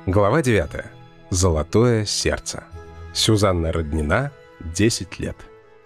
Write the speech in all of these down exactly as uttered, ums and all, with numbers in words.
Глава девятая. Золотое сердце. Сюзанна Роднина, десять лет.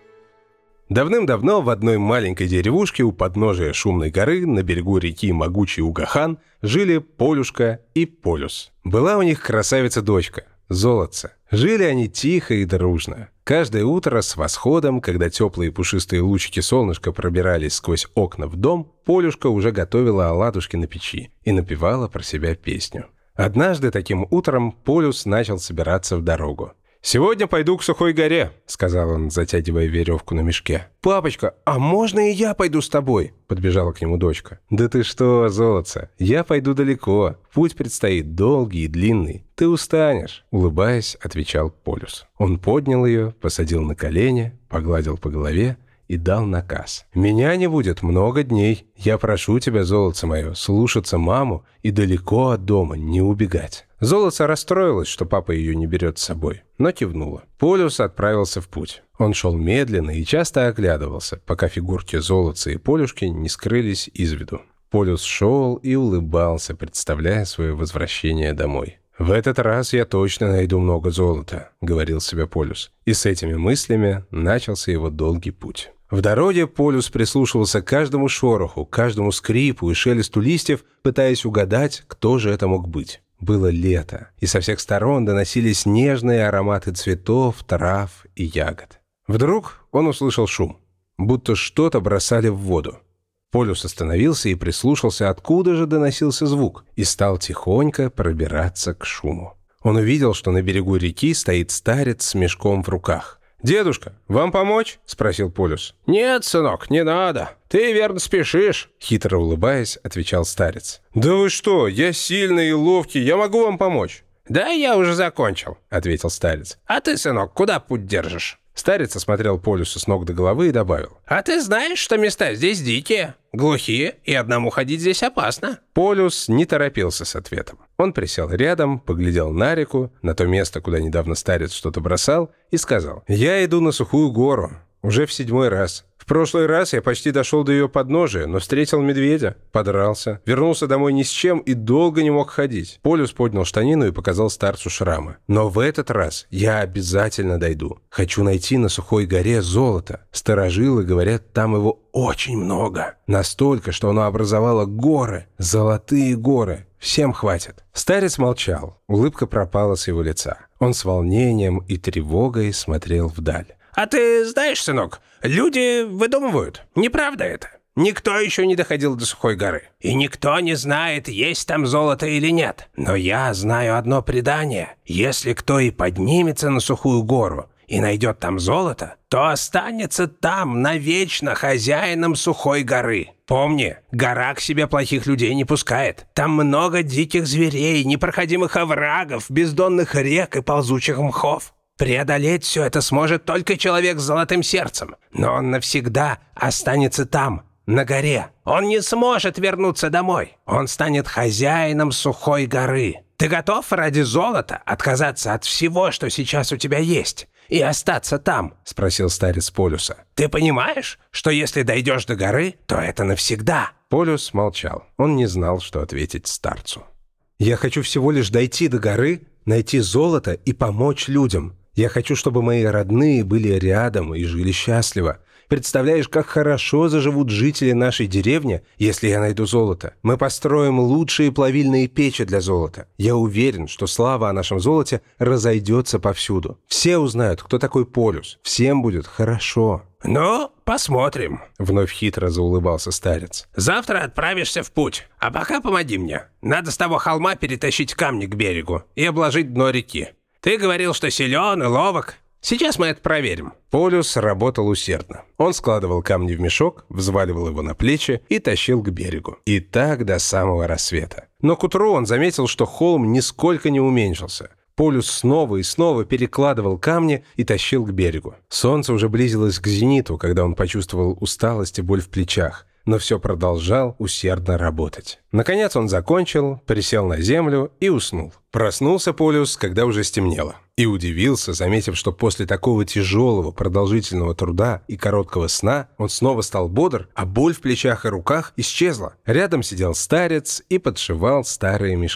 Давным-давно в одной маленькой деревушке у подножия шумной горы на берегу реки Могучий Угахан жили Полюшка и Полюс. Была у них красавица-дочка, Золотце. Жили они тихо и дружно. Каждое утро с восходом, когда теплые пушистые лучики солнышка пробирались сквозь окна в дом, Полюшка уже готовила оладушки на печи и напевала про себя песню. Однажды таким утром Полюс начал собираться в дорогу. «Сегодня пойду к Сухой горе», — сказал он, затягивая веревку на мешке. «Папочка, а можно и я пойду с тобой?» — подбежала к нему дочка. «Да ты что, Золотце, я пойду далеко. Путь предстоит долгий и длинный. Ты устанешь», — улыбаясь, отвечал Полюс. Он поднял ее, посадил на колени, погладил по голове и дал наказ. «Меня не будет много дней. Я прошу тебя, Золотце мое, слушаться маму и далеко от дома не убегать». Золотце расстроилась, что папа ее не берет с собой, но кивнула. Полюс отправился в путь. Он шел медленно и часто оглядывался, пока фигурки Золотца и Полюшки не скрылись из виду. Полюс шел и улыбался, представляя свое возвращение домой. «В этот раз я точно найду много золота», — говорил себе Полюс. И с этими мыслями начался его долгий путь. В дороге Полюс прислушивался к каждому шороху, каждому скрипу и шелесту листьев, пытаясь угадать, кто же это мог быть. Было лето, и со всех сторон доносились нежные ароматы цветов, трав и ягод. Вдруг он услышал шум, будто что-то бросали в воду. Полюс остановился и прислушался, откуда же доносился звук, и стал тихонько пробираться к шуму. Он увидел, что на берегу реки стоит старец с мешком в руках. «Дедушка, вам помочь?» – спросил Полюс. «Нет, сынок, не надо. Ты, верно, спешишь», – хитро улыбаясь, отвечал старец. «Да вы что, я сильный и ловкий, я могу вам помочь». «Да я уже закончил», – ответил старец. «А ты, сынок, куда путь держишь?» Старец осмотрел Полюса с ног до головы и добавил. «А ты знаешь, что места здесь дикие, глухие, и одному ходить здесь опасно?» Полюс не торопился с ответом. Он присел рядом, поглядел на реку, на то место, куда недавно старец что-то бросал, и сказал. «Я иду на Сухую гору. Уже в седьмой раз. В прошлый раз я почти дошел до ее подножия, но встретил медведя, подрался, вернулся домой ни с чем и долго не мог ходить». Полюс поднял штанину и показал старцу шрамы. «Но в этот раз я обязательно дойду. Хочу найти на Сухой горе золото. Старожилы говорят, там его очень много. Настолько, что оно образовало горы, золотые горы. Всем хватит». Старец молчал. Улыбка пропала с его лица. Он с волнением и тревогой смотрел вдаль. «А ты знаешь, сынок, люди выдумывают. Неправда это. Никто еще не доходил до Сухой горы. И никто не знает, есть там золото или нет. Но я знаю одно предание. Если кто и поднимется на Сухую гору и найдет там золото, то останется там навечно хозяином Сухой горы. Помни, гора к себе плохих людей не пускает. Там много диких зверей, непроходимых оврагов, бездонных рек и ползучих мхов. Преодолеть все это сможет только человек с золотым сердцем. Но он навсегда останется там, на горе. Он не сможет вернуться домой. Он станет хозяином Сухой горы. Ты готов ради золота отказаться от всего, что сейчас у тебя есть, и остаться там?» – спросил старец Полюса. «Ты понимаешь, что если дойдешь до горы, то это навсегда?» Полюс молчал. Он не знал, что ответить старцу. «Я хочу всего лишь дойти до горы, найти золото и помочь людям. Я хочу, чтобы мои родные были рядом и жили счастливо. Представляешь, как хорошо заживут жители нашей деревни, если я найду золото. Мы построим лучшие плавильные печи для золота. Я уверен, что слава о нашем золоте разойдется повсюду. Все узнают, кто такой Полюс. Всем будет хорошо». «Ну, посмотрим», — вновь хитро заулыбался старец. «Завтра отправишься в путь, а пока помоги мне. Надо с того холма перетащить камни к берегу и обложить дно реки. Ты говорил, что силен и ловок. Сейчас мы это проверим». Полюс работал усердно. Он складывал камни в мешок, взваливал его на плечи и тащил к берегу. И так до самого рассвета. Но к утру он заметил, что холм нисколько не уменьшился. Полюс снова и снова перекладывал камни и тащил к берегу. Солнце уже близилось к зениту, когда он почувствовал усталость и боль в плечах, но все продолжал усердно работать. Наконец он закончил, присел на землю и уснул. Проснулся Полюс, когда уже стемнело, и удивился, заметив, что после такого тяжелого продолжительного труда и короткого сна он снова стал бодр, а боль в плечах и руках исчезла. Рядом сидел старец и подшивал старые мешки.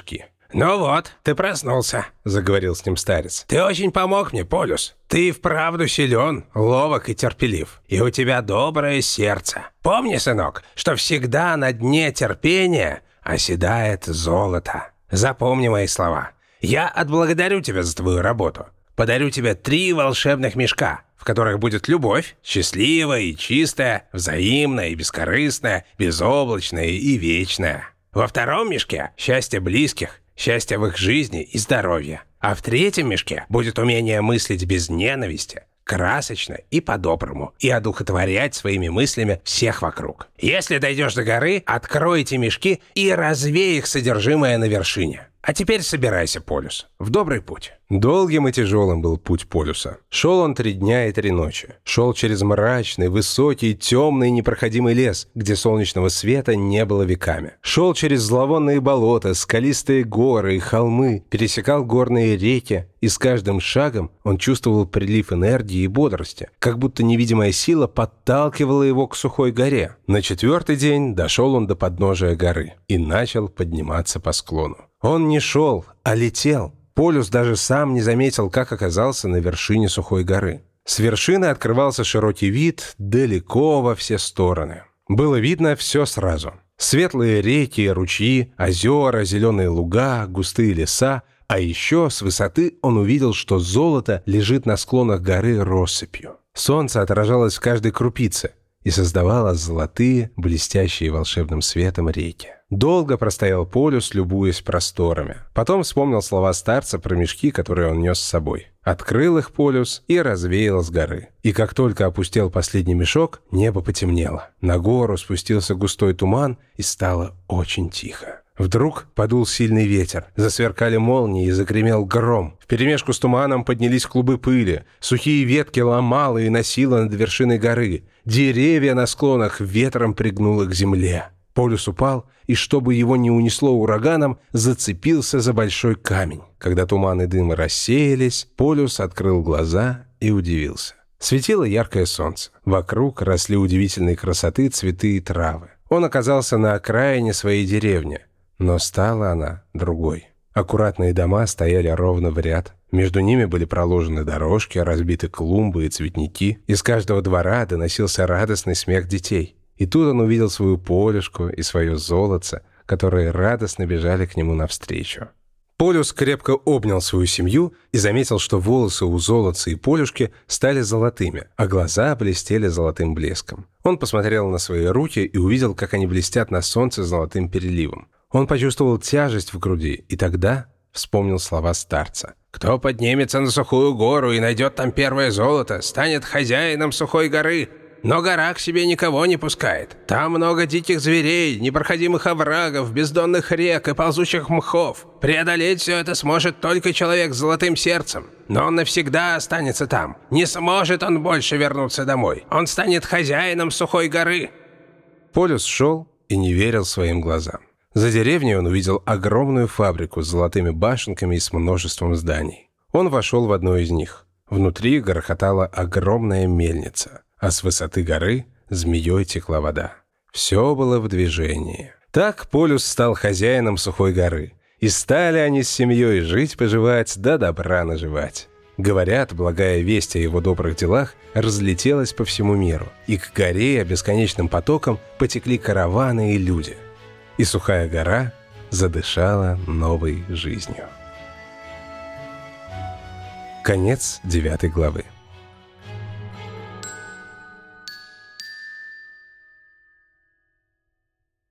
«Ну вот, ты проснулся», — заговорил с ним старец. «Ты очень помог мне, Полюс. Ты и вправду силен, ловок и терпелив. И у тебя доброе сердце. Помни, сынок, что всегда на дне терпения оседает золото. Запомни мои слова. Я отблагодарю тебя за твою работу. Подарю тебе три волшебных мешка, в которых будет любовь, счастливая и чистая, взаимная и бескорыстная, безоблачная и вечная. Во втором мешке – счастье близких, счастье в их жизни и здоровье. А в третьем мешке будет умение мыслить без ненависти, красочно и по-доброму, и одухотворять своими мыслями всех вокруг. Если дойдешь до горы, открой эти мешки и развей их содержимое на вершине. А теперь собирайся, Полюс, в добрый путь». Долгим и тяжелым был путь Полюса. Шел он три дня и три ночи. Шел через мрачный, высокий, темный, непроходимый лес, где солнечного света не было веками. Шел через зловонные болота, скалистые горы и холмы, пересекал горные реки, и с каждым шагом он чувствовал прилив энергии и бодрости, как будто невидимая сила подталкивала его к сухой горе. На четвертый день дошел он до подножия горы и начал подниматься по склону. Он не шел, а летел. Полюс даже сам не заметил, как оказался на вершине сухой горы. С вершины открывался широкий вид далеко во все стороны. Было видно все сразу. Светлые реки, ручьи, озера, зеленые луга, густые леса. А еще с высоты он увидел, что золото лежит на склонах горы россыпью. Солнце отражалось в каждой крупице и создавало золотые, блестящие волшебным светом реки. Долго простоял Полюс, любуясь просторами. Потом вспомнил слова старца про мешки, которые он нес с собой. Открыл их Полюс и развеял с горы. И как только опустел последний мешок, небо потемнело. На гору спустился густой туман, и стало очень тихо. Вдруг подул сильный ветер, засверкали молнии и загремел гром. Вперемешку с туманом поднялись клубы пыли, сухие ветки ломало и носило над вершиной горы. Деревья на склонах ветром пригнуло к земле. Полюс упал, и чтобы его не унесло ураганом, зацепился за большой камень. Когда туман и дым рассеялись, Полюс открыл глаза и удивился. Светило яркое солнце. Вокруг росли удивительной красоты цветы и травы. Он оказался на окраине своей деревни, но стала она другой. Аккуратные дома стояли ровно в ряд. Между ними были проложены дорожки, разбиты клумбы и цветники. Из каждого двора доносился радостный смех детей. И тут он увидел свою Полюшку и свое золотце, которые радостно бежали к нему навстречу. Полюс крепко обнял свою семью и заметил, что волосы у золотца и Полюшки стали золотыми, а глаза блестели золотым блеском. Он посмотрел на свои руки и увидел, как они блестят на солнце золотым переливом. Он почувствовал тяжесть в груди и тогда вспомнил слова старца. «Кто поднимется на сухую гору и найдет там первое золото, станет хозяином сухой горы. Но гора к себе никого не пускает. Там много диких зверей, непроходимых оврагов, бездонных рек и ползучих мхов. Преодолеть все это сможет только человек с золотым сердцем. Но он навсегда останется там. Не сможет он больше вернуться домой. Он станет хозяином сухой горы». Полюс шел и не верил своим глазам. За деревней он увидел огромную фабрику с золотыми башенками и с множеством зданий. Он вошел в одну из них. Внутри грохотала огромная мельница, а с высоты горы змеей текла вода. Все было в движении. Так Полюс стал хозяином сухой горы. И стали они с семьей жить-поживать, да добра наживать. Говорят, благая весть о его добрых делах разлетелась по всему миру. И к горе бесконечным потоком потекли караваны и люди. И сухая гора задышала новой жизнью. Конец девятой главы.